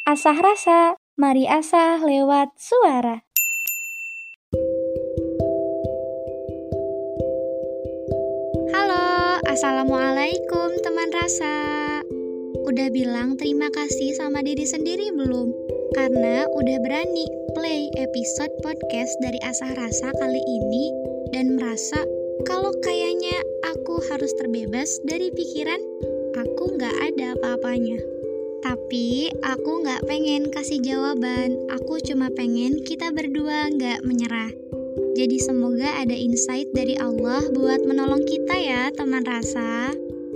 Asah rasa, mari asah lewat suara. Halo, assalamualaikum teman rasa. Udah bilang terima kasih sama diri sendiri belum? Karena udah berani play episode podcast dari Asah Rasa kali ini dan merasa kalau kayaknya aku harus terbebas dari pikiran aku gak ada apa-apanya. Tapi aku gak pengen kasih jawaban, aku cuma pengen kita berdua gak menyerah. Jadi semoga ada insight dari Allah buat menolong kita ya teman rasa.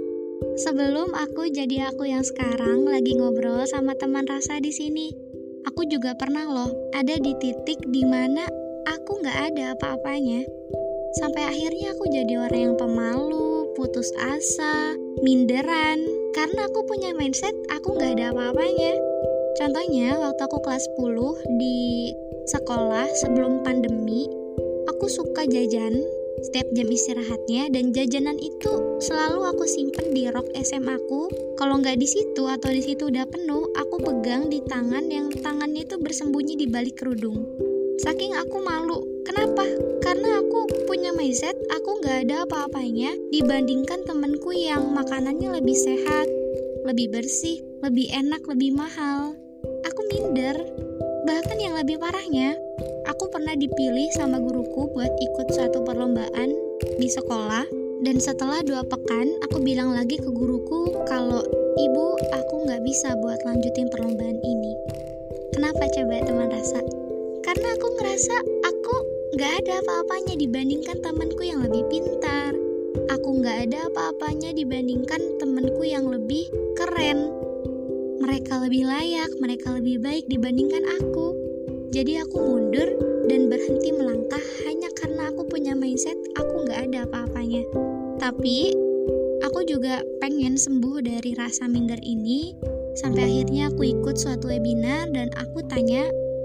Sebelum aku jadi aku yang sekarang lagi ngobrol sama teman rasa di sini, aku juga pernah loh ada di titik dimana aku gak ada apa-apanya. Sampai akhirnya aku jadi orang yang pemalu, putus asa, minderan, karena aku punya mindset aku gak ada apa-apanya. Contohnya waktu aku kelas 10 di sekolah sebelum pandemi, aku suka jajan setiap jam istirahatnya dan jajanan itu selalu aku simpen di rok SM aku. Kalau nggak di situ atau di situ udah penuh, aku pegang di tangan yang tangannya itu bersembunyi di balik kerudung. Saking aku malu. Kenapa? Karena aku punya mindset aku nggak ada apa-apanya dibandingkan temenku yang makanannya lebih sehat, lebih bersih, lebih enak, lebih mahal. Aku minder. Bahkan yang lebih parahnya, aku pernah dipilih sama guruku buat ikut suatu perlombaan di sekolah. Dan setelah 2 pekan, aku bilang lagi ke guruku kalau, "Ibu, aku gak bisa buat lanjutin perlombaan ini." Kenapa coba teman rasa? Karena aku ngerasa aku gak ada apa-apanya dibandingkan temanku yang lebih pintar. Aku gak ada apa-apanya dibandingkan temanku yang lebih keren. Mereka lebih layak, mereka lebih baik dibandingkan aku. Jadi aku mundur dan berhenti melangkah hanya karena aku punya mindset aku gak ada apa-apanya. Tapi aku juga pengen sembuh dari rasa minder ini. Sampai akhirnya aku ikut suatu webinar dan aku tanya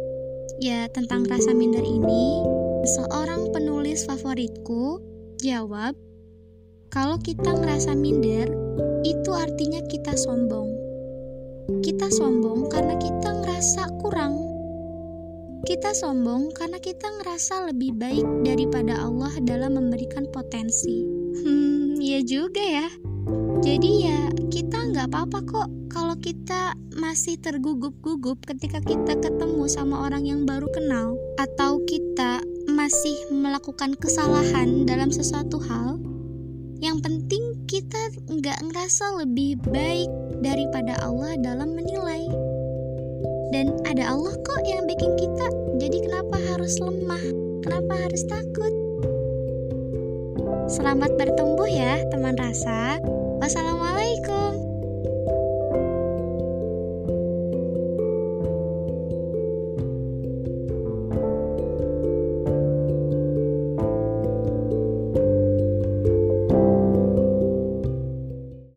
ya tentang rasa minder ini. Seorang penulis favoritku jawab, kalau kita ngerasa minder itu artinya kita sombong. Kita sombong karena kita ngerasa kurang. Kita sombong karena kita ngerasa lebih baik daripada Allah dalam memberikan potensi. Ya juga ya. Jadi ya kita gak apa-apa kok kalau kita masih tergugup-gugup ketika kita ketemu sama orang yang baru kenal. Atau kita masih melakukan kesalahan dalam sesuatu hal. Yang penting kita gak ngerasa lebih baik daripada Allah dalam menilai. Dan ada Allah kok yang bikin kita, jadi kenapa harus lemah? Kenapa harus takut? Selamat bertumbuh ya teman rasa. Wassalamualaikum.